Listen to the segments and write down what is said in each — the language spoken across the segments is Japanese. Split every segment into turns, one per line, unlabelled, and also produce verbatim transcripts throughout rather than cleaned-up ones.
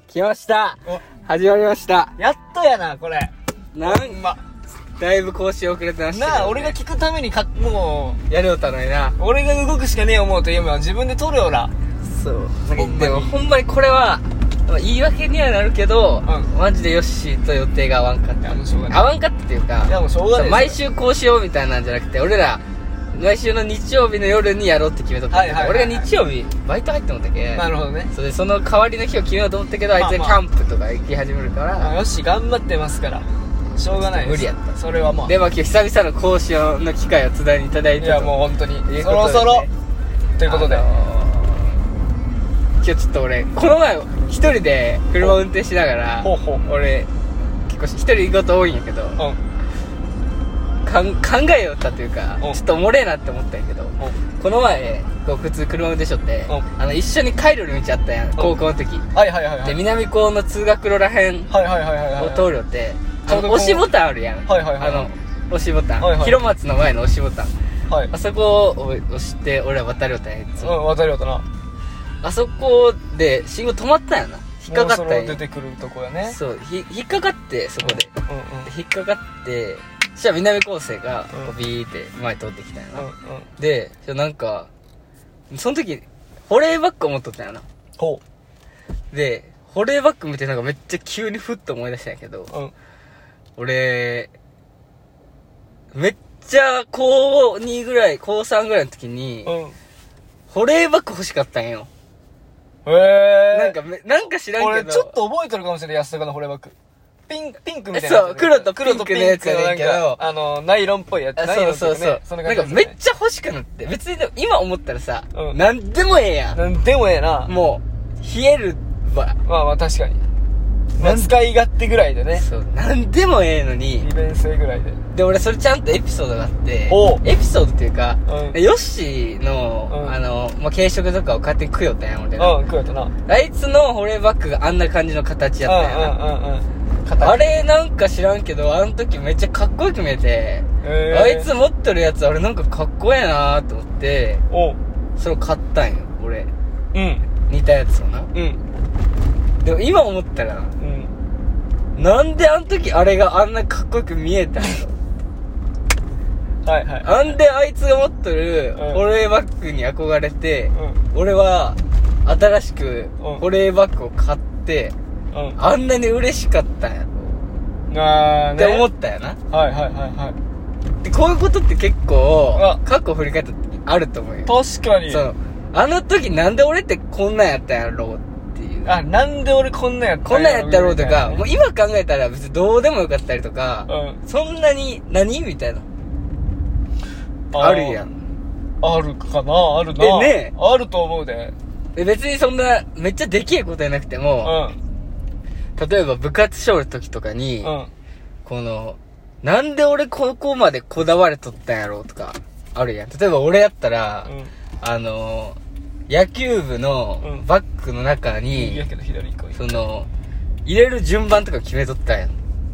来ました。始まりました。
やっとやな、これ。
なんま、だいぶ更新遅れてましたけど、ね。
なあ、俺が聞くためにか、も
う、やるよたのにな。
俺が動くしかねえ思うと今は自分で撮るよら。
そう。でもほんまにこれは、言い訳にはなるけど、うん、マジでヨッシーと予定が合わんかった。
もうしょうがない。
合わんかったっていうか、
いやもうしょうがない。
毎週こうしようみたいなんじゃなくて、俺ら、毎週の日曜日の夜にやろうって決めとったけど、はいはいはいはい、俺が日曜日バイト入って思ったっけ。
なるほどね。
それでその代わりの日を決めようと思ったけど、まあまあ、あいつキャンプとか行き始めるから、
まあ、よし頑張ってますからしょうがないです。
無理やった。
それはもう
でも今日久々の講師の機会をつないでいただいて、
いやもう本当にそろそろということで、あの
ー、今日ちょっと俺この前一人で車を運転しながら、
ほうほう
俺結構一人行くこと多いんやけど、うん、かん考えよったというか、ちょっとおもれえなって思ったんやけど、この前こう普通車運転しとって、あの一緒に帰る道あったやん、高校の時。
はいはいはい、はい、
で南高の通学路らへんを通るって、あの押しボタンあるやん、
はいはいはい、
あの押しボタン、はいはい、広松の前の押しボタン、はい、あそこを押して俺は渡りよったんや。いつも、
うん、渡りよったな。
あそこで信号止まったんやな。引っかかったんや。
もうその出てくるとこやね。
そうひ引っかかってそこで、
うんうんうん、
引っかかってそしたら南高生がこうビーって前通ってきたんやな、うんうん、でなんかその時保冷バッグを持っとったんやな。
ほ
うで保冷バッグ見てなんかめっちゃ急にふっと思い出したんやけど、うん、俺めっちゃ高にぐらい高さんぐらいの時に、うん、保冷バッグ欲しかったんよ。
へえ。
なんかめなんか知らんけど
俺ちょっと覚えてるかもしれない。安坂の保冷バッグピンピンクみたい
な、そう黒とピンクのやつやねんけど、
あのナイロンっぽいやつ。
そうそうそう、そんな感じ、ね、なんかめっちゃ欲しくなって、別にでも今思ったらさ、うん、なんでもええやん。
なんでもええな。
もう冷えるわ。ま
あまあ確かに、まあ、使い勝手ぐらいでね。
そうなんでもええのに
利便性ぐらいで。
で俺それちゃんとエピソードがあって、エピソードっていうか、うん、ヨッシーの、うん、あの、まあ、軽食とかを買って食いよったんや俺ら。
うん、食いよったな。
あいつの保冷バッグがあんな感じの形やったんやな。うんうんうんうん。あれなんか知らんけど、あの時めっちゃかっこよく見えて、えー、あいつ持ってるやつあれなんかかっこええなーと思って、おそれを買ったんよ俺。うん。似たやつをな。うん。でも今思ったら、うん、なんであの時あれがあんなかっこよく見えたんやろ。はいはい。なんであいつが持ってる保冷バッグに憧れて、うん、俺は新しく保冷バッグを買って、うん、あんなに嬉しかったんやろあー、ね、って思ったよな。
はいはいはいはい。
でこういうことって結構過去振り返った時あると思うよ。
確かに。
そうあの時なんで俺ってこんなんやったんやろうっていう。
あ、なんで俺こんなんやったんやろう
こんなんやったろうとか、ね、もう今考えたら別にどうでもよかったりとか、うん、そんなに何みたいなあるやん。
あるかな。あるな。
えね
あると思うで。
で別にそんなめっちゃできえことやなくても、うん例えば部活しょる時とかに、うん、このなんで俺ここまでこだわれとったんやろうとかあるやん。例えば俺やったら、うん、あの野球部のバッグの中に、
うん、左行こう
その入れる順番とか決めとったんやん。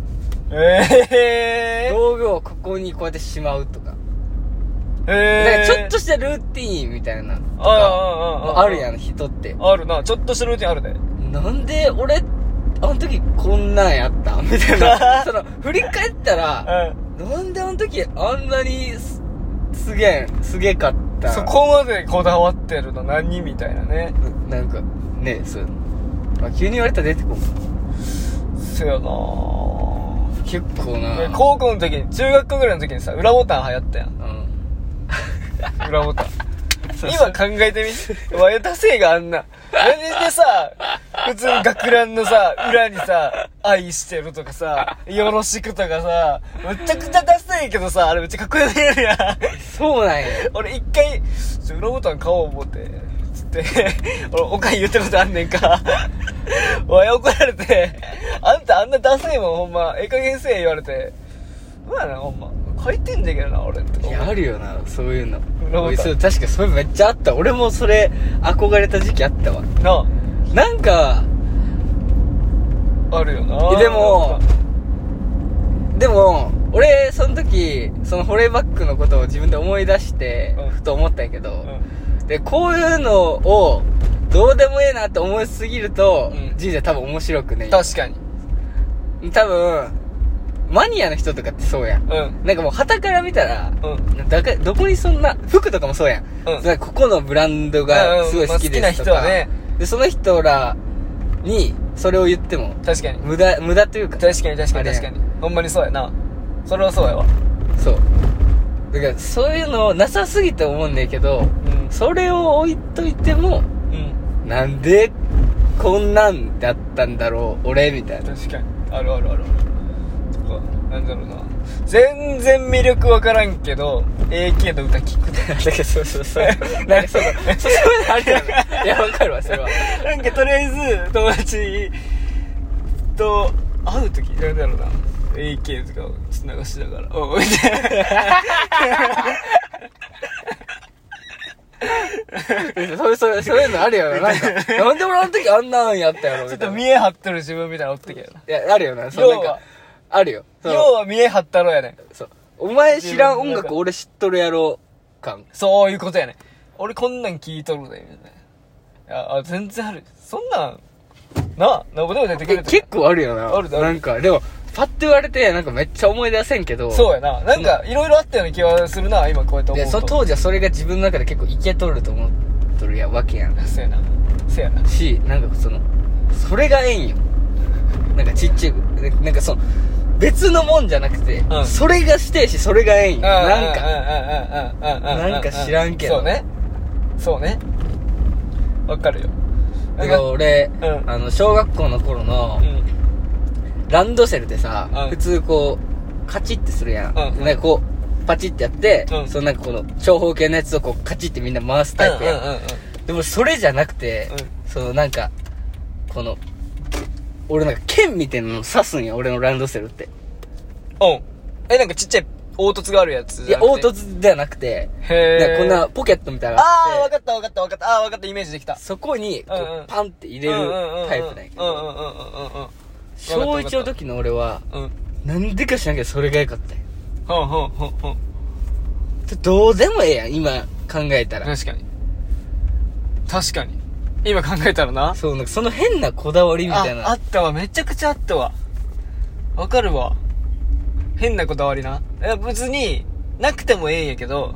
えー、
道具をここにこうやってしまうとか、えー、なんかちょっとしたルーティーンみたいなとかあるやん人って。
あるな。ちょっとしたルーティンあるで。
なんで俺あの時こんなんやったみたいなその振り返ったら、うん、なんであの時あんなに す, すげえすげえかった。
そこまでこだわってるの何みたいなね。
な, なんかねそう、まあ、急に言われたら出てこん。
そうやな
結構な。
高校の時に中学校ぐらいの時にさ裏ボタン流行ったやん、うん、裏ボタン今考えてみわやたせいがあんな何でさ普通に学ランのさ裏にさ愛してるとかさよろしくとかさめちゃくちゃダセいけどさあれめっちゃかっこよくやるやん。
そうなんや。
俺一回ちょ裏ボタン買おう思ってつって俺おかん言ってることあんねんかおい怒られてあんたあんなダセいもんほんまええ加減せえ言われてうわなほんま書いてんだけどな俺って。
いやあるよなそういうの。そう確かそれめっちゃあった。俺もそれ憧れた時期あったわな。なんか
あるよな。
でもでも俺その時その保冷バッグのことを自分で思い出して、うん、ふと思ったんやけど、うん、でこういうのをどうでもええなって思いすぎると、
うん、
人生多分面白くね。
確かに。
多分、マニアの人とかってそうやん。
うん。
なんかもう旗から見たら、
うん。
だかどこにそんな、服とかもそうやん。うん。なんかここのブランドがすごい好きですとか。うんうんまあ、好きな人はね。で、その人らに、それを言っても。
確かに。
無駄、無駄というか。
確かに確かに確かに。ほんまにそうやな。それはそうやわ。
そう。だから、そういうのなさすぎて思うんだけど、うん、それを置いといても、うん、なんで、こんなんだったんだろう、俺、みたいな。
確かに。あるあるあるある。とか、なんだろうな。全然魅力わからんけど、エーケー の歌聞くとか。
だけど、そうそうそう。なんかそう、そういうのあるよね。いや、わかるわ、それは。
なんか、とりあえず、友達と会うとき、なんだろうな。エーケー とかを流しながら、おう、みたいな。
そういう、そういう、そういうのあるよな。なんか、なんで俺あの時あんなんやったやろみたいな。
ちょっと見え張ってる自分みたいなのおったけどな。
いや、あるよな。そうなんか、あるよ。
要は見え張ったろやねん。
そう。お前知らん音楽俺知っとるやろ感。
そういうことやねん。俺こんなん聞いとるで、みたいな。いや、あ、全然ある。そんなん、なあ、なんぼでも出てくる。
結構あるよな。
あるある。
なんか、でも、パッと言われて、なんかめっちゃ思い出せんけど。
そうやな。なんか、いろいろあったような気はするな、今こうやって思うと。
いや、その当時はそれが自分の中で結構いけとると思っとるやわけやん。
そうやな。そうやな。
し、なんかその、それがええんよ。なんかちっちゃい、なんかその、別のもんじゃなくて、うん、それがしてえし、それがええんよ。なんか、なんか知らんけど。
そうね。そうね。わかるよ。
だから俺、うん、あの、小学校の頃の、うんランドセルでさ、うん、普通こう、カチッてするやん。うん、なんかこう、パチッてやって、うん、そのなんかこの、長方形のやつをこう、カチッてみんな回すタイプやん。うんうんうんうん、でもそれじゃなくて、うん、そのなんか、この、俺なんか剣みたいなの刺すんや、俺のランドセルって。
うん。え、なんかちっちゃい凹凸があるやつ
いや、凹凸ではなくて、
へー。
こんなポケットみたいなのがあって。
あー、わかったわかったわかった。あー、わかった、イメージできた。
そこに、こう、うんうん、パンって入れるタイプだけど。うんうんうんうんうん。小一の時の俺は、うん、なんでか知らんけどそれが良かったよ。
ほんほんほんほん。
どうでもええやん、今考えたら。
確かに。確かに。今考えたらな。
そう、なんかその変なこだわりみたいな。
あ、あったわ。めちゃくちゃあったわ。わかるわ。変なこだわりな。いや、別に、なくてもええんやけど、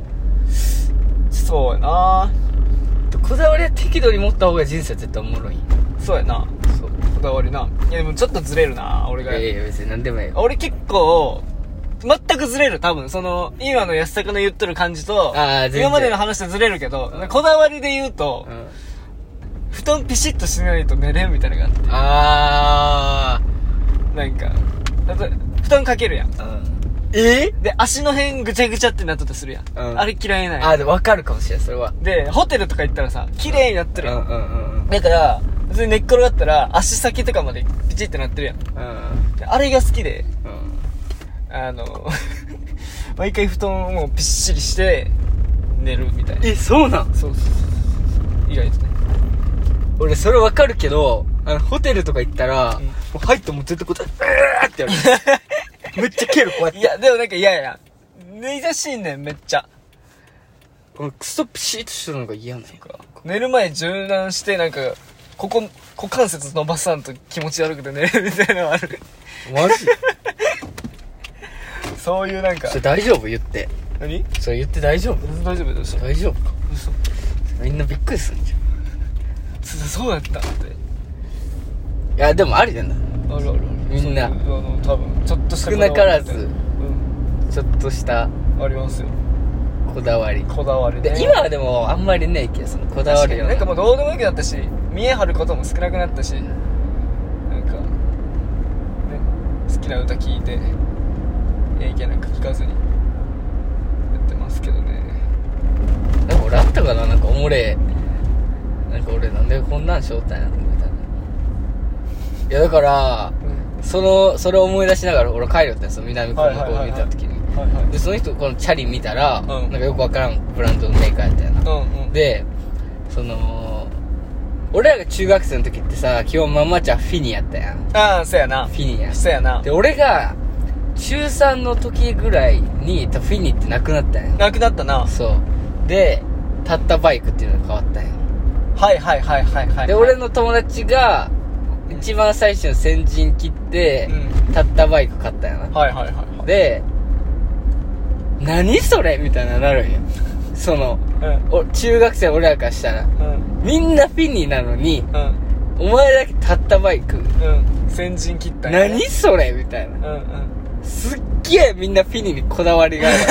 そうやな。
こだわりは適度に持った方が人生絶対おもろい。
そうやな。そう。こだわりな。いやでもちょっとずれるな、俺が。
いやいや別に何でもいい。
俺結構、全くずれる、多分。その、今の安坂の言っとる感じと、あ今までの話とずれるけど、うん、こだわりで言うと、うん、布団ピシッとしないと寝れんみたいなのがあって。
あ
ー。なんか、布団かけるやん。うん
え
で、足の辺ぐちゃぐちゃってなっとったとするやん。うん、あれ嫌いなんや。
あ、で分かるかもしれん、それは。
で、ホテルとか行ったらさ、綺麗になってるやん。
うんうんうん。
だから、別に寝っ転がったら、足先とかまでピチってなってるやん。うん。あれが好きで、うん。あの、毎回布団をもうぴっしりして、寝るみたいな。
え、そうなん？
そうそうそう。意外とね。
俺、それ分かるけど、あの、ホテルとか行ったら、うん、もう入っても絶対こうやって、うーってやる。めっちゃ蹴る、こうやって。
いや、でもなんか嫌ややん。寝やしいねん、めっちゃ。
俺、クソピシッとしてるのが嫌なんか。
寝る前柔軟して、なんか、ここ、股関節伸ばさんと気持ち悪くて寝れるみたいなのある。
マジ
そういうなんか。
それ大丈夫言って。
何
それ言って大丈夫
大丈夫です。
大丈夫か。嘘。みんなびっくりするんじゃ
ん。そうやったって。い
や、でもありだな。
あるある。
みんな。
あの、多分、ちょっとした。
少なからず、うん、ちょっとした。
ありますよ。
こだわり。
こだわりね。
で、今はでもあんまりねえけど、そのこだわりよ。
なんかもうどうでもよくなったし、見え張ることも少なくなったし、なんか、ね、好きな歌聴いて、ええけなんか聴かずに、やってますけどね。
でも俺あったかな、なんかおもれえ。なんか俺なんでこんなんしよったんやろみたいな。いやだから、うん、その、それを思い出しながら俺帰るってんすよ、南高の方を見た時に。はいはい、でその人このチャリ見たら、うん、なんかよくわからんブランドのメーカーやったやな、うんうん、でその俺らが中学生の時ってさ基本ママちゃんフィニやったやん。
ああそうやな。
フィニや
そうやな。
で俺が中さんの時ぐらいにフィニってなくなったやん。
なくなったな。
そうでタッタバイクっていうのが変わったやん。
はいはいはいはいはい。
で、俺の友達が、一番最初の先陣切って、
うん、
タッタバイク買ったよな。
はいはいはい、はい。
で、何それみたいななるんよ。その、うん、中学生俺らからしたら、うん、みんなフィニーなのに、うん、お前だけタッタバイク。うん。
先陣切ったんや、ね。
何それみたいな。うんうん。すっげえみんなフィニーにこだわりがある。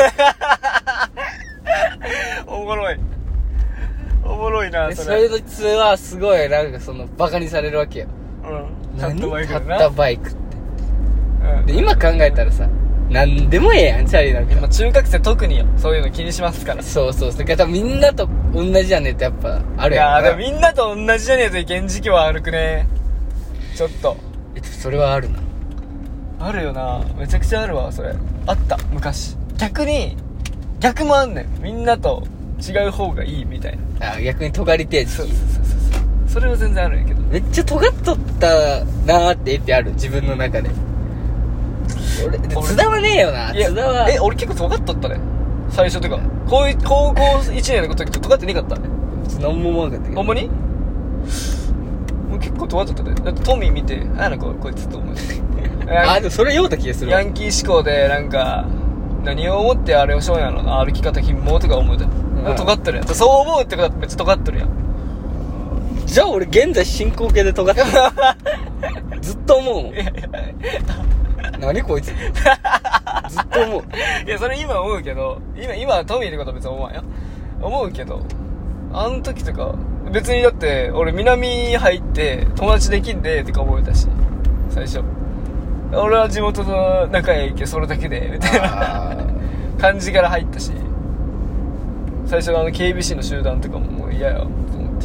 おもろい。おもろいな、
それ。それのツアーすごい、なんかその、バカにされるわけよ。うん。何タッタバイクって。うん。で、今考えたらさ、なんでもええやん、チャリなんか。
今、中学生特によ。そういうの気にしますから。
そうそう。だから多分みんなと同じじゃねえってやっぱ、あるやん。
いやー、でもみんなと同じじゃねえといけん時期は歩くね。ちょっと。
え、それはあるな。
あるよな。めちゃくちゃあるわ、それ。あった、昔。逆に、逆もあんねん。みんなと違う方がいいみたい
な。あ、逆に尖りてえ時期。
そうそうそうそう。それは全然あるんやけど。
めっちゃ尖っとったなーって絵ってある、自分の中で。俺、津田はねえよな。津田は。
え、俺結構尖っとったね。最初とか。高校いちねんの時と尖ってねかったね。
何も思わなかったけど。
ほんまに？もう結構尖っとったね。だってトミー見て、あやなここいつと思う。
あ、でもそれ言うた気がする。
ヤンキー思考で、なんか、何を思ってあれをしようやろな。歩き方貧乏とか思うて。尖っとるやん。そう思うってことはめっちゃ尖っとるやん。
じゃあ俺現在進行形で尖ってる。ずっと思うもん。いやいや何こいつ。ずっと思う。
いや、それ今思うけど、今、今はトミーってことは別に思わんよ。思うけど、あの時とか、別にだって、俺南入って友達できんで、とか思えたし、最初。俺は地元と仲いいけど、それだけで、みたいな感じから入ったし、最初のあの ケービーシー の集団とかももう嫌や、と思って。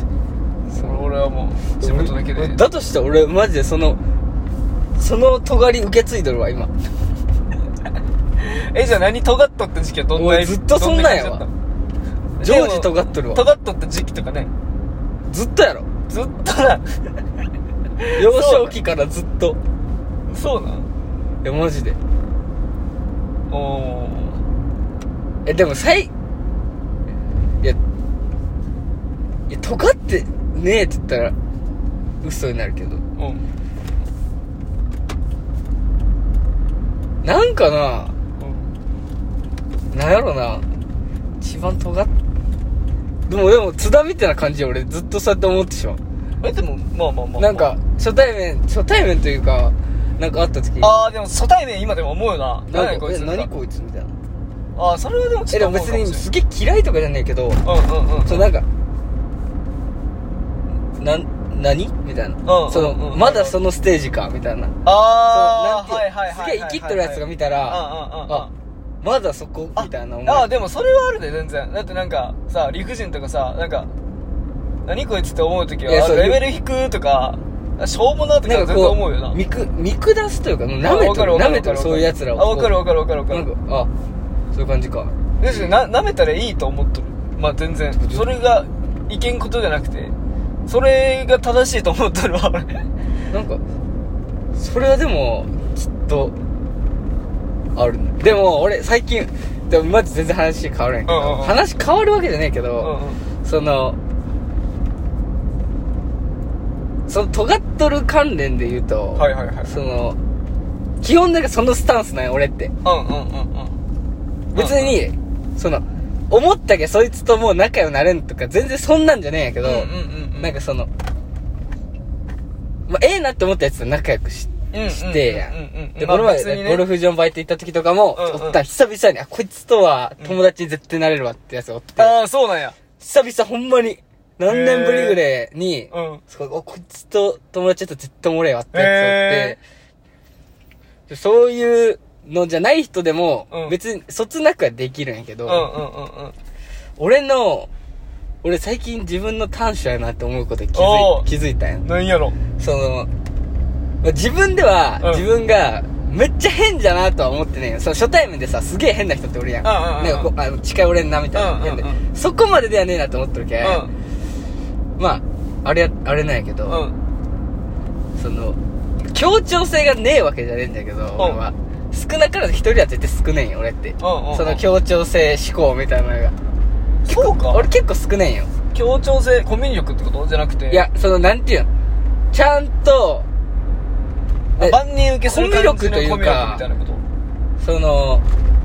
それ俺はもう、地元だけで。
だとして俺、マジでその、その尖り受け継いどるわ今。
え、じゃあ何尖っとった時期はどんな
俺ずっとそんなんやわ。常時尖っとるわ。
尖っとった時期とかね。
ずっとやろ。
ずっとな。
幼少期からずっと。
そうなん？
いやマジで。
おー。
え、でもさいいやいや尖ってねえって言ったら嘘になるけど、うん、なんかな、うん、なんやろな、一番尖っでもでも津田みたいな感じで俺ずっとそうやって思ってしまう。
え、でもまあまあまあ、まあ、
なんか初対面初対面というかなんか会った時、
ああでも初対面今でも思うよな。
何こいつ何こいつみたいな。
ああそれはでもちょっと思うかもしれない。
え、でも別にすげえ嫌いとかじゃないけど、うん
うんうん、
そうなんかな何みたいな、うん、その、うんうん、まだそのステージかみたいな。
ああはいはいはい、
すげえ生きっとるやつが見たら、あまだそこみたいな思い。
ああでもそれはあるで全然。だってなんかさ理不尽とかさなんか何こいつって思う時はレベル低くとかしょうもなとか全然思うよな。
見く見下すというか舐めてる舐めてるそういうやつらを。
あ分かる分かる分かる分かる。
なんかあそういう感じか。
要するにな舐めたらいいと思っとる。まあ全然それがいけんことじゃなくてそれが正しいと思っとるわ俺。
なんかそれはでもきっとあるね。でも俺最近でもマジ全然話変わるんやけど、うんうんうん、話変わるわけじゃないけど、うんうん、そのその尖っとる関連で言うと、
はいはいはい、
その基本だけそのスタンスなんや俺って。
うんうんうんうん。
別に、うんうん、その思ったけどそいつともう仲良くなれんとか全然そんなんじゃねえんやけど、うんうんうんうん、なんかそのまあええなって思ったやつと仲良くし、うんうん、してやん。で、この前、ね、ゴルフ場バイト行った時とかも、うんうん、おった久々にあこいつとは友達に絶対なれるわってやつがおって、
うん、ああそうなんや。
久々ほんまに何年ぶりぐらいに、うん、そこいつと友達と絶対おもれえわってやつがおって、そういうのじゃない人でも、うん、別にそつなくはできるんやけど、うんうんうんうん、俺の俺最近自分の短所やなって思うことに気づい気づいたんや。
何やろ。
その自分では、うん、自分がめっちゃ変じゃなとは思ってねえよ。その初対面でさすげえ変な人っておるやん。うんうんうん、なんかこうあの近寄れんなみたいな、うんうんうん、そこまでではねえなと思ってるけ、うん、まああれあれなんやけど、うん、その協調性がねえわけじゃねえんだけど、うん、俺は少なからず一人は絶対少ねえんよ俺って、うんうんうん、その協調性思考みたいなのが
そうか。
俺結構少ねえんよ。
協調性、コミュ力ってことじゃなくて。
いや、その、なんていうの、ちゃんと、
万人受けする感じのコミュ力みたいなこと。
その、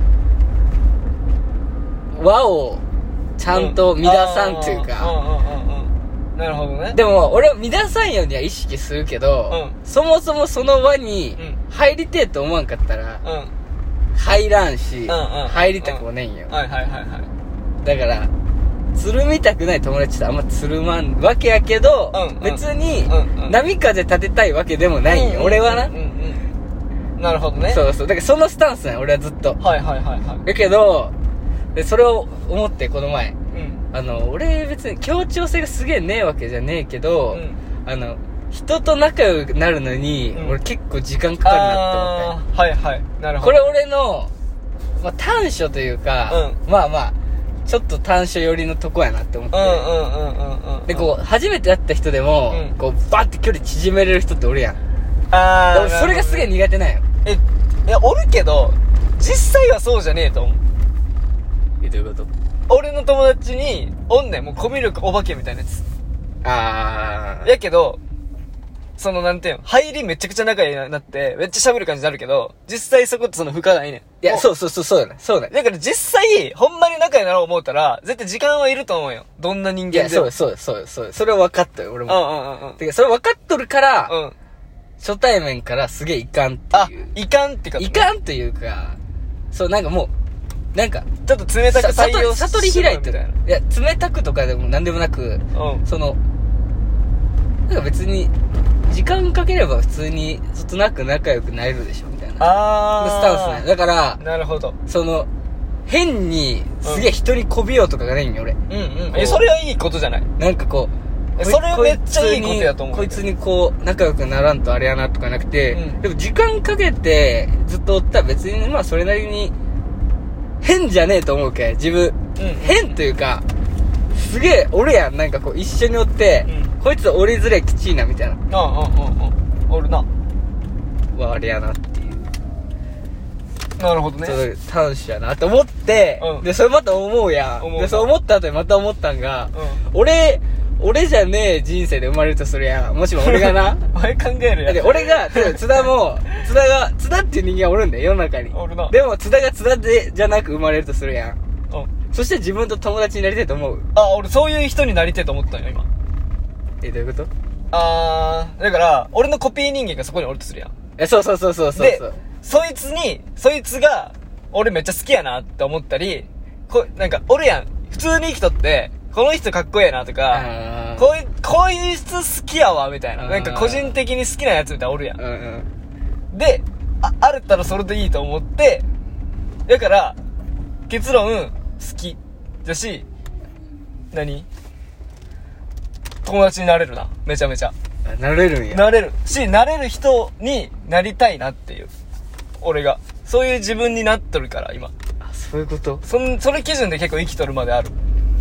和をちゃんと乱さんっていうか、
うん、うんうんうんうん。なるほどね。
でも、俺は乱さんようには意識するけど、うん、そもそもその輪に入りてえと思わんかったら、うん、入らんし、うんうん、入りたくもねえんよ。
はいはいはいはい。
だから、つるみたくない友達とあんまつるまんわけやけど、うんうん、別に、波風立てたいわけでもないんよ、うんうん、俺はな、うん
うん。なるほどね。
そうそう。だからそのスタンスね、俺はずっと。
はいはいはいはい。
だけど、で、それを思ってこの前、うん、あの、俺別に協調性がすげえねえわけじゃねえけど、うん、あの、人と仲良くなるのに、うん、俺結構時間かかるなって思って。
はいはい。なるほど。
これ俺の、まあ、短所というか、うん、まあまあ、ちょっと短所寄りのとこやなって思って。うんうんうんうんうん。で、こう、初めて会った人でも、うん、こう、バッて距離縮めれる人っておるやん。あー。俺それがすげえ苦手なんよ。
え、いや、おるけど、実際はそうじゃねえと思う。
え、どういうこと？
俺の友達に、おんねん、もうコミュ力お化けみたいなやつ。
あー。
やけど、そのなんていうの、入りめちゃくちゃ仲良くなって、めっちゃ喋る感じになるけど、実際そこってその深ないねん。い
や、そうそうそう、そうだね。そうだね。
だから実際、ほんまに仲良くなろう思ったら、絶対時間はいると思うよ。どんな人間でも。いや、
そうそうそう、そう。それは分かったよ、俺も。
うんうんうんうん。
てか、それ分かっとるから、うん。初対面からすげえいかんっていう。
あ、いかんってか、
ね。いかんというか、そう、なんかもう、なんか、
ちょっと冷たく対応し
悟り開いてる。いや、冷たくとかでもなんでもなく、うん。その、なんか別に、時間かければ普通に、そつなく仲良くなれるでしょ、みたいな。
あー。
スタンスね。だから、
なるほど。
その、変に、すげえ人に媚びようとかがないんよ、俺。
うんうん。え、それはいいことじゃない？
なんかこ
う、それめっちゃいいことやと思う。
こいつにこう、仲良くならんとあれやなとかなくて、うん、でも時間かけてずっとおったら別に、まあそれなりに、変じゃねえと思うけ、自分。うん、変というか、すげえ、俺やん、なんかこう、一緒におって、うん、こいつ折りづれきちいな、みたいな。
ああ、うんうんうん。おるな。
は、あれやなっていう。
なるほどね。
そう、短所やなって思って、うん、で、それまた思うやん。で、そう思った後にまた思ったんが、うん、俺、俺じゃねえ人生で生まれるとするやん。もしも俺がな。
前考えるやん。
で、俺が、津田も、津田が、津田っていう人間おるんだよ、世の中に。
おるな。
でも、津田が津田で、じゃなく生まれるとするやん。うん。そして自分と友達になりたいと思う。
あ、俺そういう人になりたいと思ったんよ、今。
え、どういうこと？
あー、だから、俺のコピー人間がそこにおるとするやん。
え、そうそうそうそうそう。
で、そいつに、そいつが、俺めっちゃ好きやなって思ったり、こなんか、おるやん。普通に生きとって、この人かっこええなとか、こういう、こういう人好きやわ、みたいな。なんか個人的に好きなやつみたいなおるやん。うんうん、で、あ、あるったらそれでいいと思って、だから、結論、好き。だし、何？友達になれるな。めちゃめちゃ。
なれるんや。
なれる。し、なれる人になりたいなっていう。俺が。そういう自分になっとるから、今。
あ、そういうこと？
そん、それ基準で結構生きとるまである。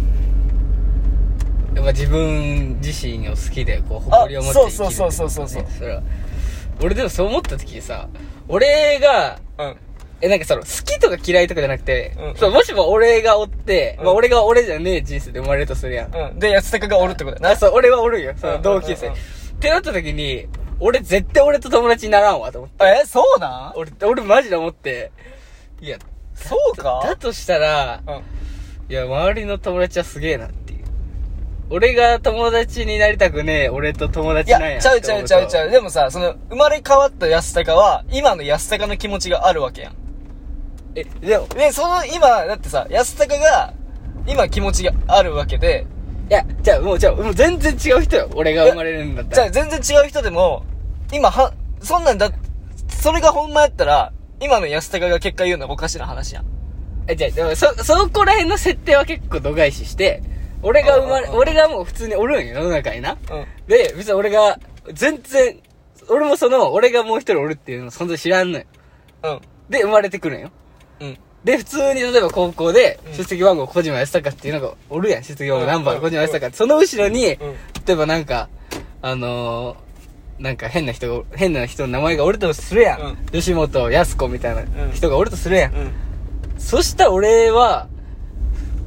やっぱ自分自身を好きで、こう、誇りを持って生きる、ね。
そうそうそうそうそう。
それは。俺でもそう思った時さ、俺が、うん。え、なんかその、好きとか嫌いとかじゃなくて、うん、そう、もしも俺がおって、うん、まあ俺が俺じゃねえ人生で生まれるとするやん。
うん。で、安高がおるってことだな。
あ、そう、俺はおるよ。その同級生。ってなった時に、俺絶対俺と友達にならんわと思って。
え、そうなん？
俺、俺マジで思って、いや、
そうか？
だとしたら、うん、いや、周りの友達はすげえなっていう。俺が友達になりたくねえ、俺と友達なんや。いや、
ちゃうちゃうちゃうちゃう。でもさ、その、生まれ変わった安高は、今の安高の気持ちがあるわけやん。え、でも、で、その、今、だってさ、安高が、今気持ちがあるわけで、
いや、じゃあ、もう、じゃあ、もう全然違う人よ。俺が生まれるんだったら。
じゃあ、全然違う人でも、今、は、そんなんだ、それがほんまやったら、今の安高が結果言うのはおかしな話やん。
え、じゃあ、でも、そ、そこら辺の設定は結構度外視して、俺が生まれ、俺がもう普通におるんよ、世の中にな。うん。で、別に俺が、全然、俺もその、俺がもう一人おるっていうのを存在知らんのよ。うん。で、生まれてくるんよ。うん。で、普通に例えば高校で、出席番号小島康隆っていうのがおるやん。出席番号ナンバー小島康隆。その後ろに、例えばなんか、あのー、なんか変な人が、変な人の名前がおるとするやん。うん、吉本康子みたいな人がおるとするやん。うん、そしたら俺は、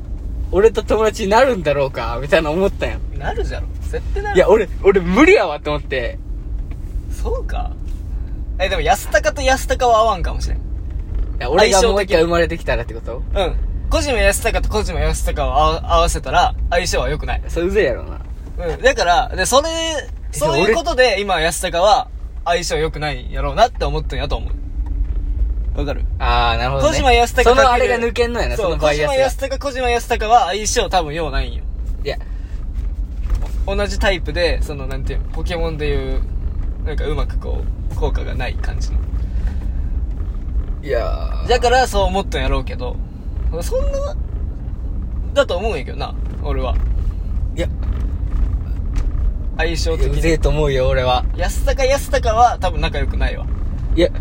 俺と友達になるんだろうかみたいな思ったんや。
なるじゃろ絶対なる。
いや俺俺無理やわって思って。
そうか。えでも安高と安高は合わんかもしれん。い
や俺がもう一回生まれてきたらってこと？
うん。小島安高と小島安高を合わせたら相性は良くない。
それうぜえやろな。
うん。だからでそれそういうことで今安高は相性良くないやろうなって思ったんやと思う。わかる？
ああなるほど、ね。
小島安高
そのあれが抜けんのやな。
そう、
そのバイアスが。
小島安高小島安高は相性多分ようないんよ。
いや
同じタイプでそのなんていうのポケモンでいうなんかうまくこう効果がない感じの。
いやー
だからそう思ったんやろうけど、そんなだと思うんやけどな俺は。
いや
相性的に
うぜえと思うよ俺は。
安高安高は多分仲良くないわ。
いや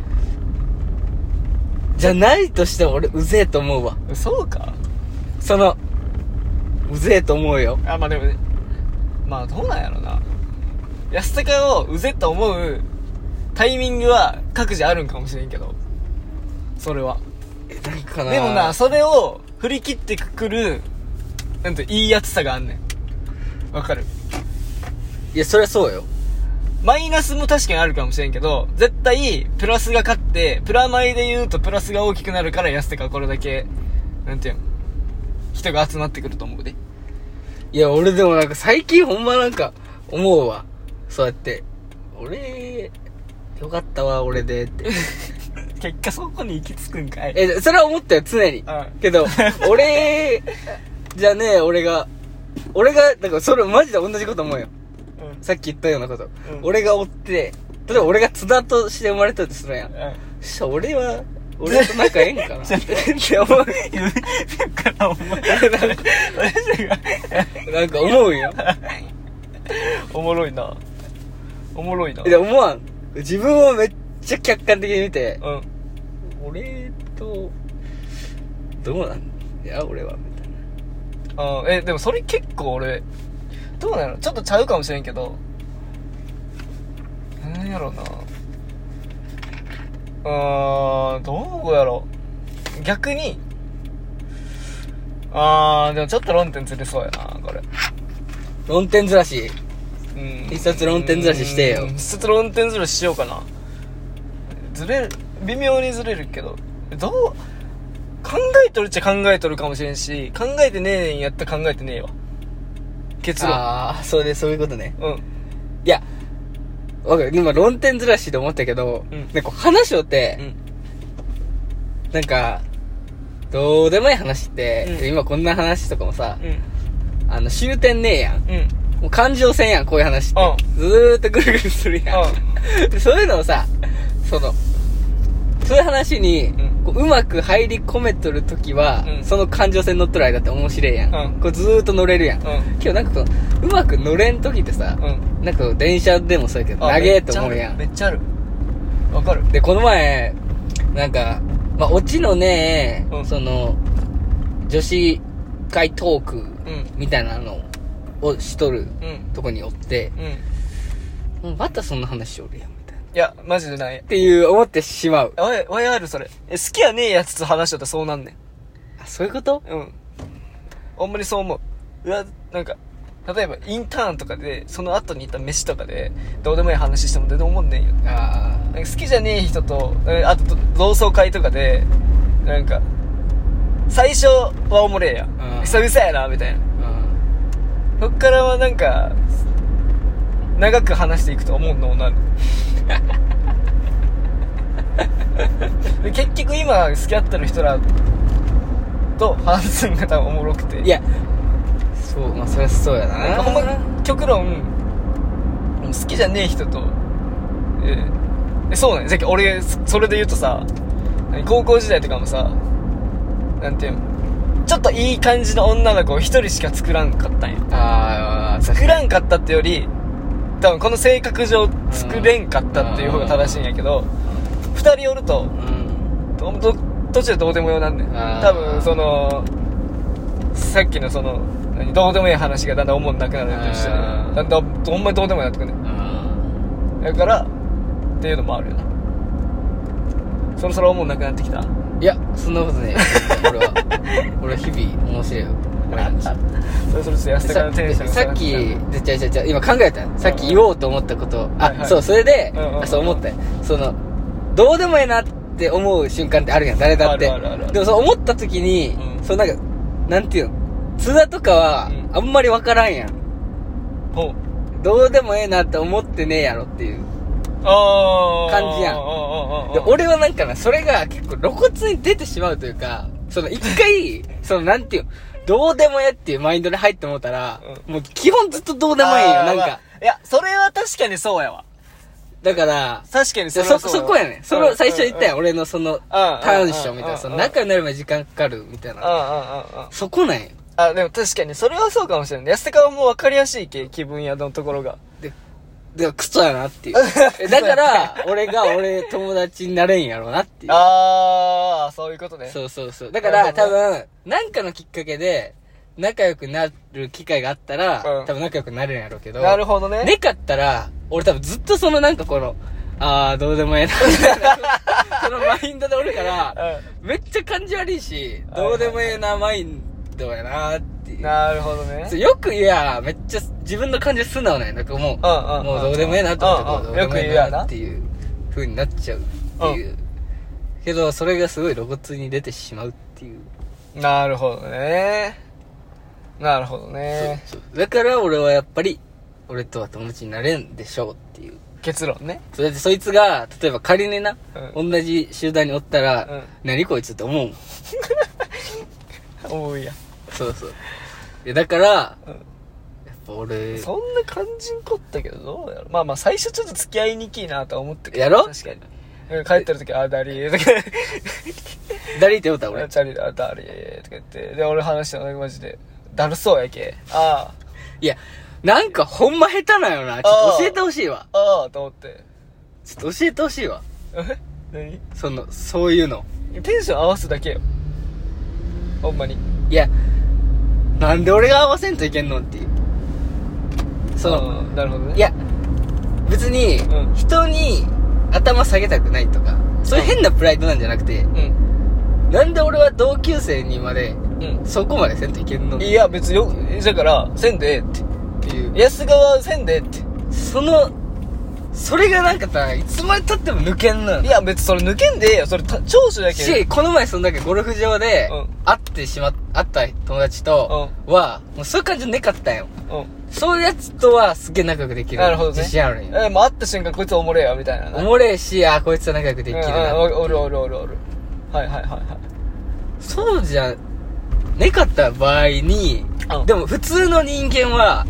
じゃないとしても俺うぜえと思うわ。
そうか。
そのうぜえと思うよ。
あまあでもね、まあどうなんやろな。安高をうぜえと思うタイミングは各自あるんかもしれんけど、それは
えなんかな。
でもなそれを振り切ってくるなんていいやつさがあんねん。わかる？
いやそりゃそうよ。
マイナスも確かにあるかもしれんけど、絶対プラスが勝って、プラマイで言うとプラスが大きくなるから安高はこれだけなんていうの人が集まってくると思うで。
いや俺でもなんか最近ほんまなんか思うわ。そうやって俺よかったわ俺でって
結果そこに行き着くんかい。
えそれは思ったよ常に、うん、けど俺じゃねえ俺が俺がだからそれマジで同じこと思うよ、うん、さっき言ったようなこと、うん、俺が追って例えば俺が津田として生まれたとするやん、うん、そしたら俺は俺と仲ええんかなって思う
から思う
なんか思うよ
おもろいなおもろいな。
で思わん自分をめっちゃ客観的に見て、
うん、
俺とどうなんいや俺はみたい
な。あえでもそれ結構俺どうなのちょっとちゃうかもしれんけどなんやろうなあーどうやろう逆にあーでもちょっと論点ずれそうやなこれ。
論点ずらし
うん
一冊論点ずらししてよ。
一冊論点ずらししようかな。ずれる微妙にずれるけどどう考えとるっちゃ考えとるかもしれんし考えてねえんやったら考えてねえわ結論。
ああそれでそういうことね。
うん
いやわかる今論点ずらしで思ったけど、うん、なんか話をって、うん、なんかどうでもいい話って、うん、今こんな話とかもさ、うん、あの終点ねえやん、うん、もう感情線やんこういう話って、うん、ずーっとぐるぐるするやん、うん、そういうのをさそのそういう話に、うん、こう、うまく入り込めとるときは、うん、その感情線乗っとる間って面白いやん、うん、こうずーっと乗れるやん、うん、けどなんかこのうまく乗れんときってさ、うん、なんか電車でもそうやけど長えと思うやん。
めっちゃあるわかる。
でこの前なんかまあオチのね、うん、その女子会トークみたいなのをしとるとこにおって、うん、もうまたそんな話しおるやんみたいな。
いやマジでない
っていう思ってしまう。
わいわいあるそれ。え好きやねえやつと話しとったらそうなんねん。
あそういうこと？
うんあんまりそう思う。うわなんか例えばインターンとかでその後に行った飯とかでどうでもいい話しても全然思んねんよ。あなんか好きじゃねえ人とあと同窓会とかでなんか最初はおもれえや久々やなみたいな、そっからはなんか長く話していくと思うのもなるで結局今付き合ってる人らと話すんが多分おもろくて。
いやそうまあそりゃそうやな。
なんかほんま極論好きじゃねえ人とえー、そうね。俺それで言うとさ高校時代とかもさなんていうのちょっといい感じの女の子を一人しか作らんかったんや。
あ
作らんかったってより多分この性格上作れんかったっていう方が正しいんやけど二人おると、うん、ど途中でどうでもよなんねん。多分そのさっきのそのどうでもいい話がだんだん思んなくなると一緒でだんだんほんまにどうでもいいなってくんねん。だからっていうのもあるよな。そろそろ思んなくなってきた。
いやそんなことねえ俺は俺は日々面白いよ。 俺のこと
それそれちょっと安高のテンションが
さっきでじゃじゃじゃ今考えたよさっき言おうと思ったこと、
はい
あ、
はい
そうそれで、
うんうんうん、
そう思ったよそのどうでもええなって思う瞬間ってあるやん誰だって
あるあるある
でもそう思った時に、
うん、
そうなんかなんていうの津田とかはあんまり分からんやん、
うん、
どうでもええなって思ってねえやろっていう
あ
感じやんで俺はなんかなそれが結構露骨に出てしまうというかその一回そのなんていうのどうでもええっていうマインドで入って思ったら、うん、もう基本ずっとどうでもええよなんか、まあ、
いやそれは確かにそうやわ
だから
確かにそれ
はそそこやねんそれを最初言ったやん、うん、俺のその短所みたいなその仲になるまで時間かかるみたいなそこなんや
あでも確かにそれはそうかもしれない安高はもう分かりやすいけ気分屋のところが
ででクソやなっていうだから俺が俺友達になれんやろうなっていう
ああそういうことね
そうそうそうだから多分なんかのきっかけで仲良くなる機会があったら、うん、多分仲良くなれるんやろうけど
なるほどね
ねかったら俺多分ずっとそのなんかこのあーどうでもええなそのマインドでおるから、うん、めっちゃ感じ悪いしどうでもええなマインドやなっていう
なるほどね
よく言えやめっちゃ自分の感じ素直なんやなんかもう、うんうん、もうどうでもええなと思ってどうでもええなっていう風になっちゃうっていう、うん、けどそれがすごい露骨に出てしまうっていう
なるほどねなるほどね
そうそうだから俺はやっぱり俺とは友達になれんでしょうっていう
結論ね
それでそいつが例えば仮にな、うん、同じ集団におったら、うん、何こいつって思うもん
思うや
そうそういやだから、うん、やっぱ俺
そんな感じんこったけどどうやろまあまあ最初ちょっと付き合いにくいなとは思ったけど
やろ
確かに帰ってる時あダリーとか
ダリーって言うた俺
チャリーあダリーとか言ってで俺話したのマジでだるそうやけああ
いやなんかほんま下手なよなちょっと教えてほしいわ
ああと思って
ちょっと教えてほしいわ
え何
そのそういうの
テンション合わすだけよほんまに
いやなんで俺が合わせんといけんのっていうその
なるほどね
いや別に、うん、人に頭下げたくないとかそういう変なプライドなんじゃなくて、うん、なんで俺は同級生にまで、うん、そこまでせんといけんの
いや別によだからせんでええってっていう安川せんでええって
そのそれがなんかさいつまで経っても抜けんのよ
いや別にそれ抜けんでええよそれ長所だけ
しこの前そんだけゴルフ場で、うん、会ってしま会った友達とは、うん、もうそういう感じでねかったんよ、うん、そういうやつとはすげえ仲良くできる
なるほど、ね、
自信あるんよ
えー、もう会った瞬間こいつおもれえよみたいな、ね、
おもれえしあこいつと仲良くできるな、
うん、おるおるおるおるはいはいはいはい
そうじゃねかった場合に、うん、でも普通の人間は、うん、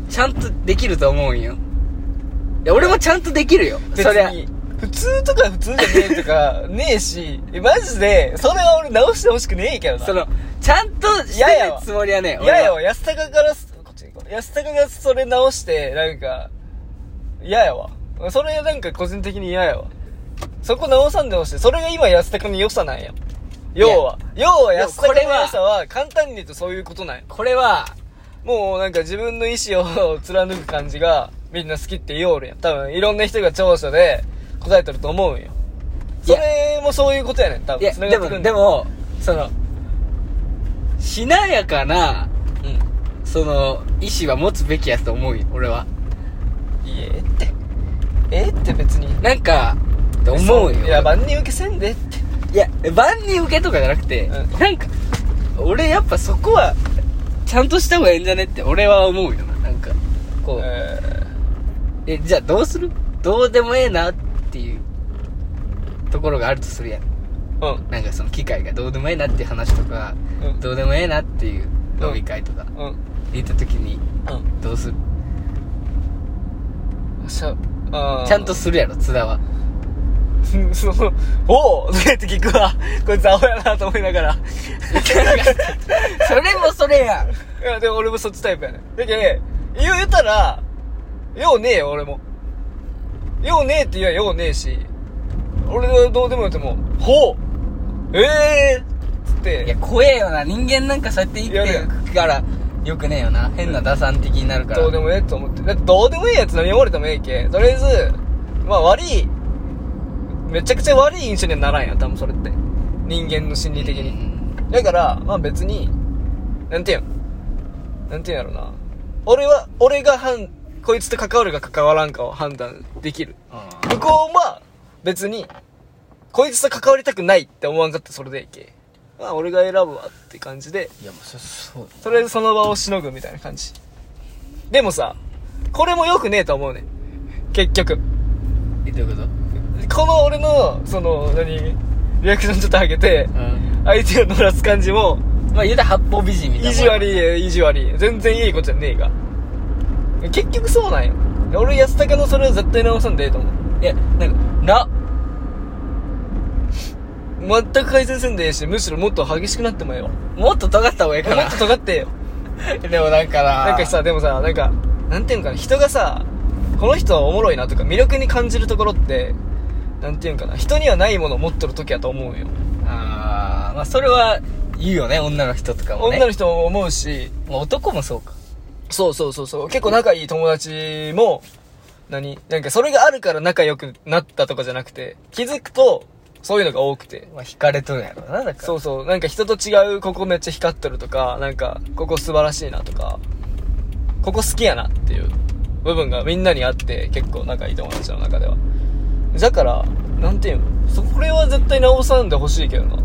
ちゃんとできると思うんよいや俺もちゃんとできるよ
別に普通とか普通じゃねえとかねえしマジでそれは俺直してほしくねえけどな
そのちゃんとしてるつもりはね
いやいや安高からこっちに行こう安高がそれ直してなんか嫌やわそれなんか個人的に嫌やわそこ直さんでほしいそれが今安高の良さなんや要は要は安高の良さは簡単に言うとそういうことなんや
これは
もうなんか自分の意思を貫く感じがみんな好きって言おるやん多分いろんな人が長所で答えてると思うんよそれもそういうことやねん多分
いやでもでもそのしなやかな、うん、その意思は持つべきやつと思うよ俺はい
えってえって別に
なんかって思うよ
いや万人受けせんでって
いや万人受けとかじゃなくて、うん、なんか俺やっぱそこはちゃんとした方がええんじゃねって俺は思うよななんかこう、えー、えじゃあどうするどうでもええなっていうところがあるとするやん、うん、なんかその機会がどうでもええなっていう話とか、うん、どうでもええなっていう飲み会とか、うん、言った時に、うん、どうする
しゃ
あちゃんとするやろ津田は
そのおおどうやって聞くわこいつアホやなと思いながら
それもそれや
いやでも俺もそっちタイプやねだけど言うたらようねえよ俺もようねえって言えばようねえし俺はどうでもよってもほうええー、つって
いや怖えよな人間なんかそうやって生きていくからよくねえよな変な打算的になるから、
どうでもええと思ってだってどうでもええやつ何言われてもええけとりあえずまあ悪いめちゃくちゃ悪い印象にはならんやん多分それって人間の心理的にだからまあ別になんていうんなんていうんやろな。俺は、俺が判、こいつと関わるか関わらんかを判断できる。向こうは、別に、こいつと関わりたくないって思わんかったらそれでいけ。まあ、俺が選ぶわって感じで。
いや、もうそ、そう。
それでその場をしのぐみたいな感じ。でもさ、これも良くねえと思うね。結局。
え、どういうこ
この俺の、その、何、リアクションちょっと上げて、
と？うん。
相手を乗らす感じも、
まあ言うたら八方美人みたいな。
意地悪い、意地悪い。全然いいことじゃねえが。結局そうなんよ。俺、安高のそれを絶対直さんでええと思う。
いや、なんか、な、
全く改善せんでええし、むしろもっと激しくなってもええわ。
もっと尖った方がいいかな。
もっと尖ってええよ。
でもなんかな、
なんかさ、でもさ、なんか、なんていうんかな、人がさ、この人はおもろいなとか魅力に感じるところって、なんていうんかな、人にはないものを持っとる時やと思うよ。
あー、まあそれは言うよね、女の人とかもね。
女の人も思うし、
まあ男もそうか。
そうそうそうそう、結構仲いい友達も、何なんかそれがあるから仲良くなったとかじゃなくて、気づくと、そういうのが多くて。
まあ惹かれとるんやろな、だから。
そうそう、なんか人と違う、ここめっちゃ光っとるとか、なんか、ここ素晴らしいなとか、ここ好きやなっていう部分がみんなにあって、結構仲いい友達の中では。だから、なんていうの、そこれは絶対直さんでほしいけどな。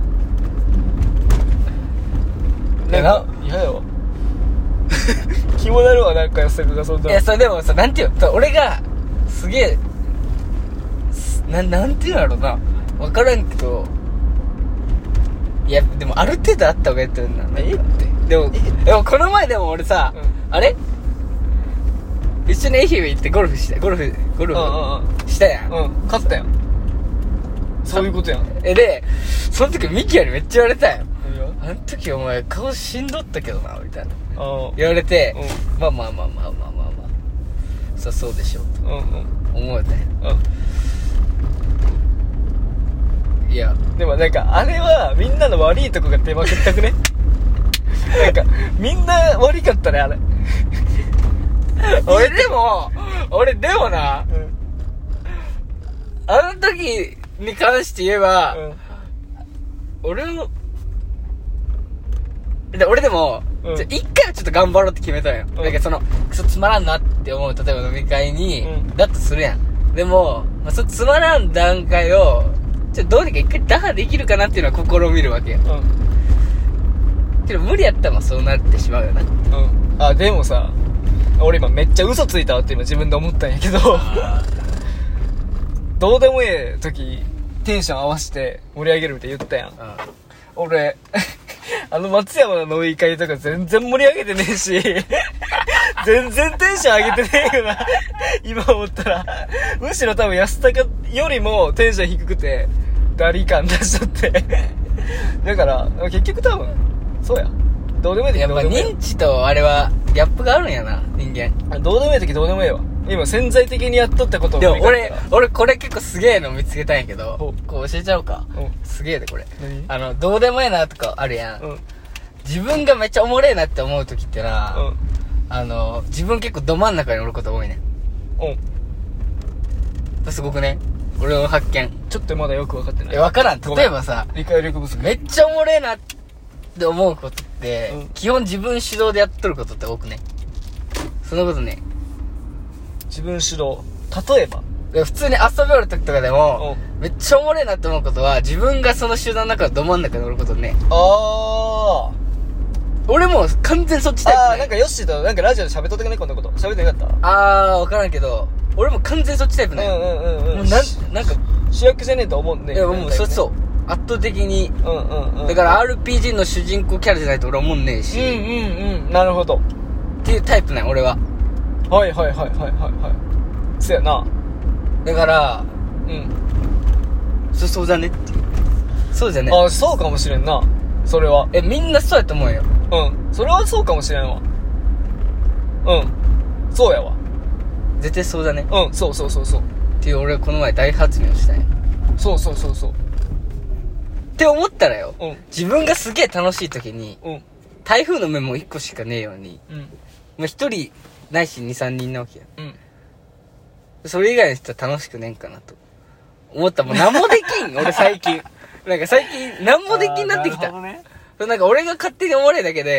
なんか、嫌やわ。気もなるわ、なんか安坂がそんな。
いや、それでもさ、なんていうの、俺が、すげえ、な、なんていうんやろな。わからんけど、いや、でもある程度あった方がいいって言うんだね。
えって
でも、でもこの前でも俺さ、
うん
あれ一緒に愛媛行ってゴルフした、ゴルフ、ゴルフしたやん。
うん、勝ったやん。そういうことやん。
え、で、その時ミキヤにめっちゃ言われたよ。
いいよ。
あの時お前顔しんどったけどな、みたいな。
あ
言われて、
う
まあまあまあまあまあまあまあ。そうそうでしょう、
うんうん。
と思うて。
うん。
いや。
でもなんか、あれはみんなの悪いとこが出まくったくね。なんか、みんな悪かったね、あれ。
俺でも、俺でもな、
うん。
あの時に関して言えば、
うん。
俺の、で俺でも、
うん
じゃ一回はちょっと頑張ろうって決めたんよ。
ん
だけどその、クソつまらんなって思う、例えば飲み会に、
うん
だとするやん。でも、まあ、そのつまらん段階を、ちょっとどうにか一回打破できるかなっていうのは試みるわけや。
うん。
けど無理やったらそうなってしまうよな。
うん。あ、でもさ、俺今めっちゃ嘘ついたわって今自分で思ったんやけど、どうでもええ時、テンション合わせて盛り上げるみたいに言ったやん。
うん。
俺、あの松山の飲み会とか全然盛り上げてねえし、全然テンション上げてねえよな、今思ったら。むしろ多分安高よりもテンション低くて、ダリ感出しとって。だから、結局多分、そうや。どうでもいい時
やっぱ
どうでもいい。
認知とあれは、ギャップがあるんやな、人間。
どうでもいい時どうでもいいわ。今潜在的にやっとったことを
でも
振り返ったら、
俺俺これ結構すげえの見つけたんやけど
ほ、
こう教えちゃおうか。
うん
すげえでこれ。
何
あの、どうでもええなとかあるやん。
うん。
自分がめっちゃおもれえなって思う時ってな、
うん。
あの、自分結構ど真ん中におること多いね。
うん。
すごくね、俺の発見。
ちょっとまだよく分かってない。
え、わからん。
ごめん
例えばさ、
理解力不足。
めっちゃおもれえなって思うことって、
うん
基本自分主導でやっとることって多くね。そのことね。
自分主導。例えば。
で普通に遊びおる時とかでも、めっちゃおもれえなって思うことは、自分がその集団の中のど真ん中におることね。
あー。
俺もう完全そっちタイプ
あー、
ね。
なんかヨッシーとなんかラジオで喋っとったかね、こんなこと。喋ってなかっ
あー、わからんけど、俺も完全そっちタイプね。
たうんうんうんうん。
もうなん、なんか、
主役じゃねえと思うね。
いやもうそ、そう。圧倒的に、
うんうんうん。
だから アールピージー の主人公キャラじゃないと俺は思んねえし、
うんうんうん。なるほど。
っていうタイプね、俺は。
はいはいはいはいはいはい。そやな。
だから、
うん。
そ、そうじゃねっていう。そうじゃね。
あ、そうかもしれんな。それは。
え、みんなそうやと思うよ。
うん。それはそうかもしれんわ。うん。そうやわ。
絶対そうだね。
うん、そうそうそうそう。
っていう俺はこの前大発明をしたんよ。
そうそうそうそう。
って思ったらよ、
うん。
自分がすげえ楽しい時に、
うん。
台風の目も一個しかねえように、
うん。
もう一人、ないし二三人なわけや。
うん。
それ以外の人は楽しくねえんかなと。思った。もう何もできん、俺最近。なんか最近、何もできんなってきた。
なるほどね。
なんか俺が勝手に思われるだけで、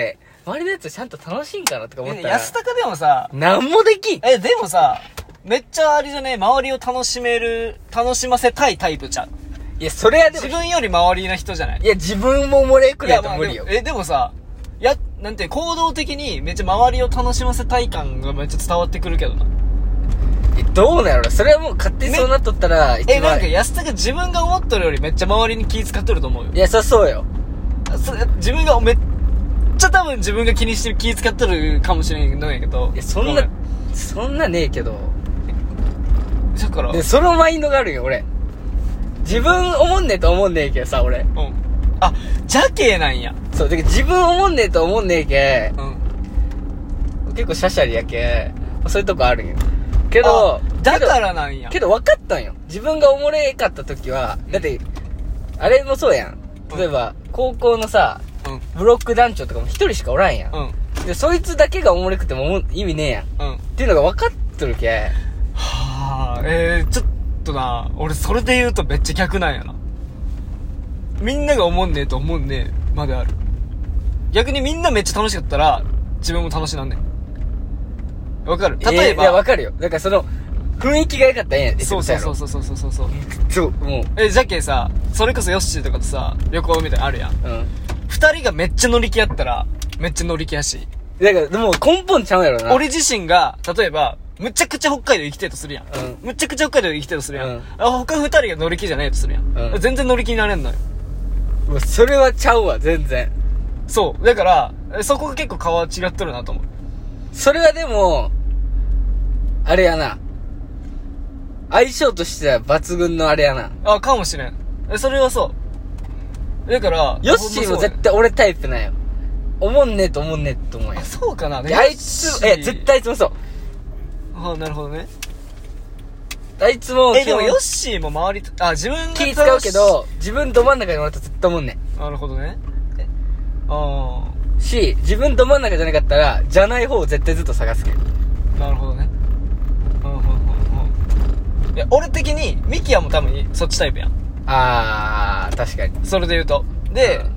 周りのやつちゃんと楽しいんかなとか思ったら
安高でもさ
なんもできん。
えでもさめっちゃあれじゃね周りを楽しめる楽しませたいタイプじゃん。
いやそれはでも
自分より周りの人じゃない。
いや自分も漏れくれと無理よ。
えでもさやなんて行動的にめっちゃ周りを楽しませたい感がめっちゃ伝わってくるけどな。
えどうなの。それはもう勝手にそうなっとったら
えなんか安高自分が思っとるよりめっちゃ周りに気遣っとると思うよ。
いやそそうよ。
そ自分がめっちゃ多分自分が気にしてる気遣っとるかもしれんのやけど。
いやそんなそんなねえけど。
だから
でそのマインドがあるよ俺。自分思んねえと思んねえけさ俺。
うん。あ邪気なんや。
そうだけど自分思んねえと思んねえけ。
うん。
結構シャシャリやけ。そういうとこあるんよ。けど
だからなんや。
けど分かったんよ。自分がおもれかった時は、だってあれもそうやん。例えば、うん、高校のさ、うん、ブロック団長とかも一人しかおらんやん。うん、でそいつだけがおもれくても意味ねえやん。うん、っていうのが分かっとるけ。
はあ、えー、ちょっとな、俺それで言うとめっちゃ逆なんやな。みんなが思んねえと思んねえまである。逆にみんなめっちゃ楽しかったら自分も楽しなんねん。わかる。例えば、えー、
いやわかるよ。だからその雰囲気が良かったらええやん。
そうそうそうそうそうそうそう
そうもう
えじゃけさそれこそヨッシーとかとさ旅行みたいなのあるやん。うん二人がめっちゃ乗り気やったらめっちゃ乗り気やし、
だからでも根本ちゃうやろな。
俺自身が例えばむちゃくちゃ北海道行きてえとするやん、うん、むちゃくちゃ北海道行きてえとするやん、うん、あ他二人が乗り気じゃないとするやん、うん、全然乗り気になれんのよ。
もうそれはちゃうわ全然。
そうだからそこが結構顔は違っとるなと思う。
それはでもあれやな、相性としては抜群のあれやな。
あかもしれん。えそれはそうだから
ヨッシーも絶対俺タイプなんよ。思んねえと思んねえと思うよ。
あそうかな。
あいついや絶対あいつもそう。
ああなるほどね。
あいつも
えでもヨッシーも周りあ自分が
気使うけど自分ど真ん中におられたら絶対思んね
え。なるほどね。あ
あし自分ど真ん中じゃなかったらじゃない方を絶対ずっと探すけど。
なるほどね。うんうんうんうん。いや俺的にミキヤも多分そっちタイプやん。あ
ー確かに
それで言うとで、うん、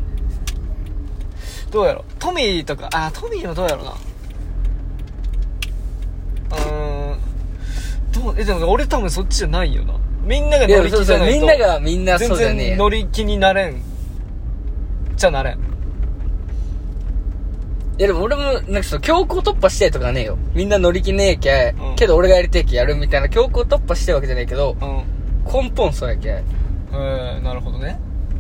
どうやろトミーとかあトミーはどうやろな。うーんどうえでも俺多分そっちじゃないよな。みんなが乗り気じゃないと
みんながみんなそうじゃねえ
全然乗り気になれんじゃなれん。
いやでも俺もなんかその強行突破してとかねえよ。みんな乗り気ねえけ、うん、けど俺がやりてえけやるみたいな強行突破してるわけじゃないけど、うん、根本そうやけ。
えー、なるほどね。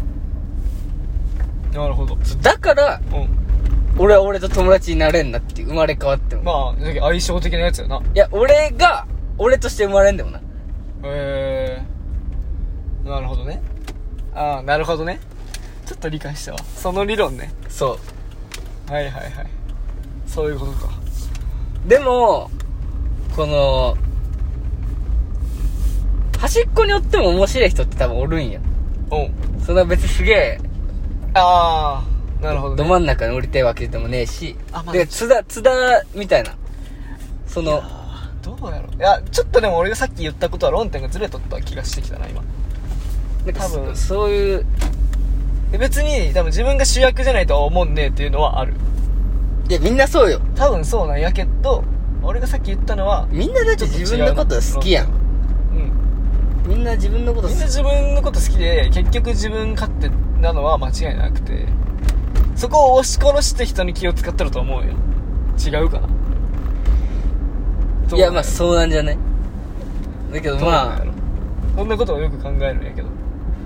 なるほど。
だから、うん、俺は俺と友達になれんなっていう生まれ変わっても。
まあ相性的なやつやな。
いや俺が俺として生まれんでもな。
えー、なるほどね。ああなるほどね。ちょっと理解したわその理論ね。
そう
はいはいはいそういうことか。
でもこの端っこにおっても面白い人って多分おるんや。うんそれは別にすげえ
ああなるほどね。
ど真ん中に降りたいわけでもねえし、あ、まあ、で津田津田みたいなその
どうやろいやちょっとでも俺がさっき言ったことは論点がずれとった気がしてきたな今。
なんか多分そういう
別に多分自分が主役じゃないとは思んねえっていうのはある。
いやみんなそうよ
多分そうなんやけど俺がさっき言ったのは
みんなだって自分のこと好きやん。うんみんな自分のこと好き。
みんな自分のこと好きで結局自分勝手なのは間違いなくてそこを押し殺して人に気を使ってると思うよ。違うかな。
いやまあそうなんじゃない。だけどまあ
そんなことをよく考えるんやけど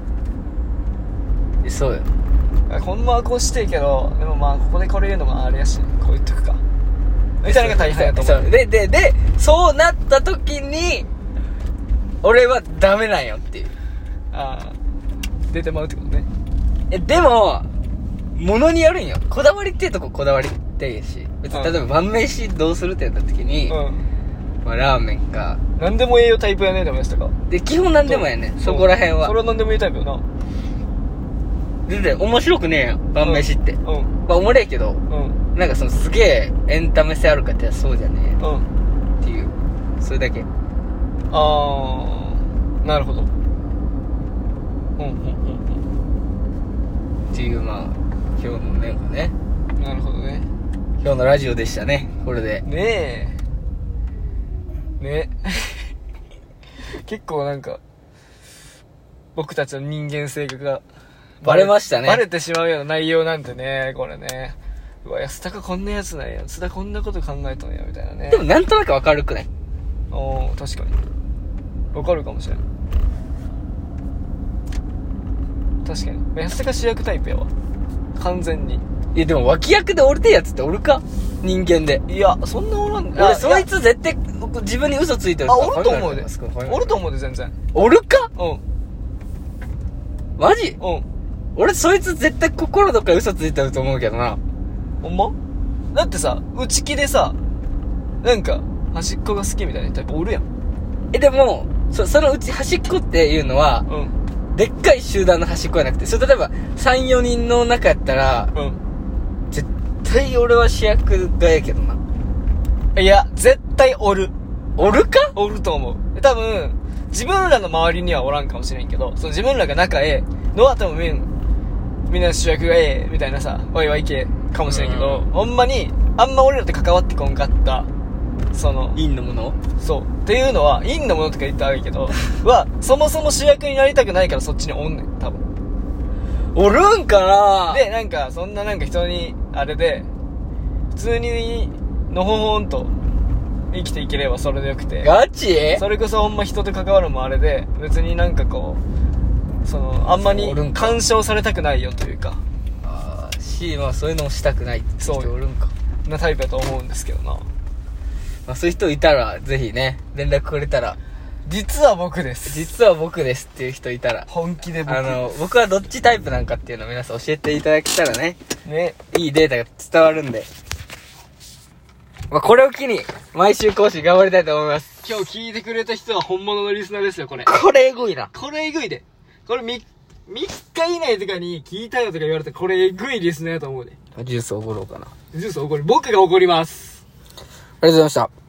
そうよ。
ほんまはこうしていいけどでもまあここでこれ言うのもあれやしこう言っとくかみたいなのが大変やと思う。
そうでででそうなった時に俺はダメなんよっていう。
ああ出てまうってことね。
えでも物にやるんよ。こだわりっていうとここだわりっていいし別に例えば晩飯どうするってやった時に、うんまあ、ラーメンか
何でも栄養タイプやねでもやしたか
で基本何でもやねそこら辺は。
それは何でもいいタイプよな。
全然面白くねえよ晩飯って、うんうん、まあおもれえけど、うん、なんかそのすげえエンタメ性あるかってそうじゃねえ、うん、っていうそれだけ。
ああなるほど。うんうんうん
うんっていうまあ今日のメモね。
なるほどね。
今日のラジオでしたね、これで。
ねえ。ね。結構なんか、僕たちの人間性が、
バレましたね。
バレてしまうような内容なんてね、これね。うわ、安高こんなやつなんや。津田こんなこと考えたんや、みたいなね。
でもなんとなくわかるくない？
おー、確かに。わかるかもしれん。確かに。安高主役タイプやわ。完全に。
いやでも脇役でおるてやつっておるか？人間で。
いや、そんなおらん。
俺そいつ絶対自分に嘘ついてる
あ、おると思うで。おると
思
思うで、全然。
おるか？
うん。
マジ？
うん。
俺そいつ絶対心どっか嘘ついてると思うけどな。
ほんま？だってさ、内気でさ、なんか、端っこが好きみたいなタイプおるやん。
え、でも、そ、そのうち端っこっていうのは、
うん。
でっかい集団の端っこじゃなくて、それ例えばさん、よにんの中やったら、
うん。
絶対俺は主役がええけどな。
いや、絶対おる。
おるか？
おると思う。多分、自分らの周りにはおらんかもしれんけど、その自分らが仲ええのは多分みん、みんな主役がええみたいなさ、ワイワイ系かもしれんけど、ほんまに、あんま俺らと関わってこんかった、その、
陰のもの？
そう。っていうのは、陰のものとか言ったらいいけど、は、そもそも主役になりたくないからそっちにおんねん、多分。
おるんかな？
で、なんか、そんななんか人に、あれで、普通に、のほほんと、生きていければそれでよくて。
ガチ？
それこそほんま人と関わるもあれで、別になんかこう、その、あんまに干渉されたくないよというか。
ああ、し、まあそういうのもしたくないって人
そう
おるんか。
なタイプだと思うんですけどな。
まあそういう人いたら、ぜひね、連絡くれたら。
実は僕です。
実は僕ですっていう人いたら。
本気で僕。
あの、僕はどっちタイプなんかっていうのを皆さん教えていただけたらね。
ね。
いいデータが伝わるんで。まあこれを機に、毎週更新頑張りたいと思います。
今日聞いてくれた人は本物のリスナーですよ、これ。
これエグいな。
これエグいで。これみ、みっか以内とかに聞いたよとか言われたらこれエグいリスナーやと思うで。
ジュースおごろうかな。
ジュース怒り、僕が怒ります。
ありがとうございました。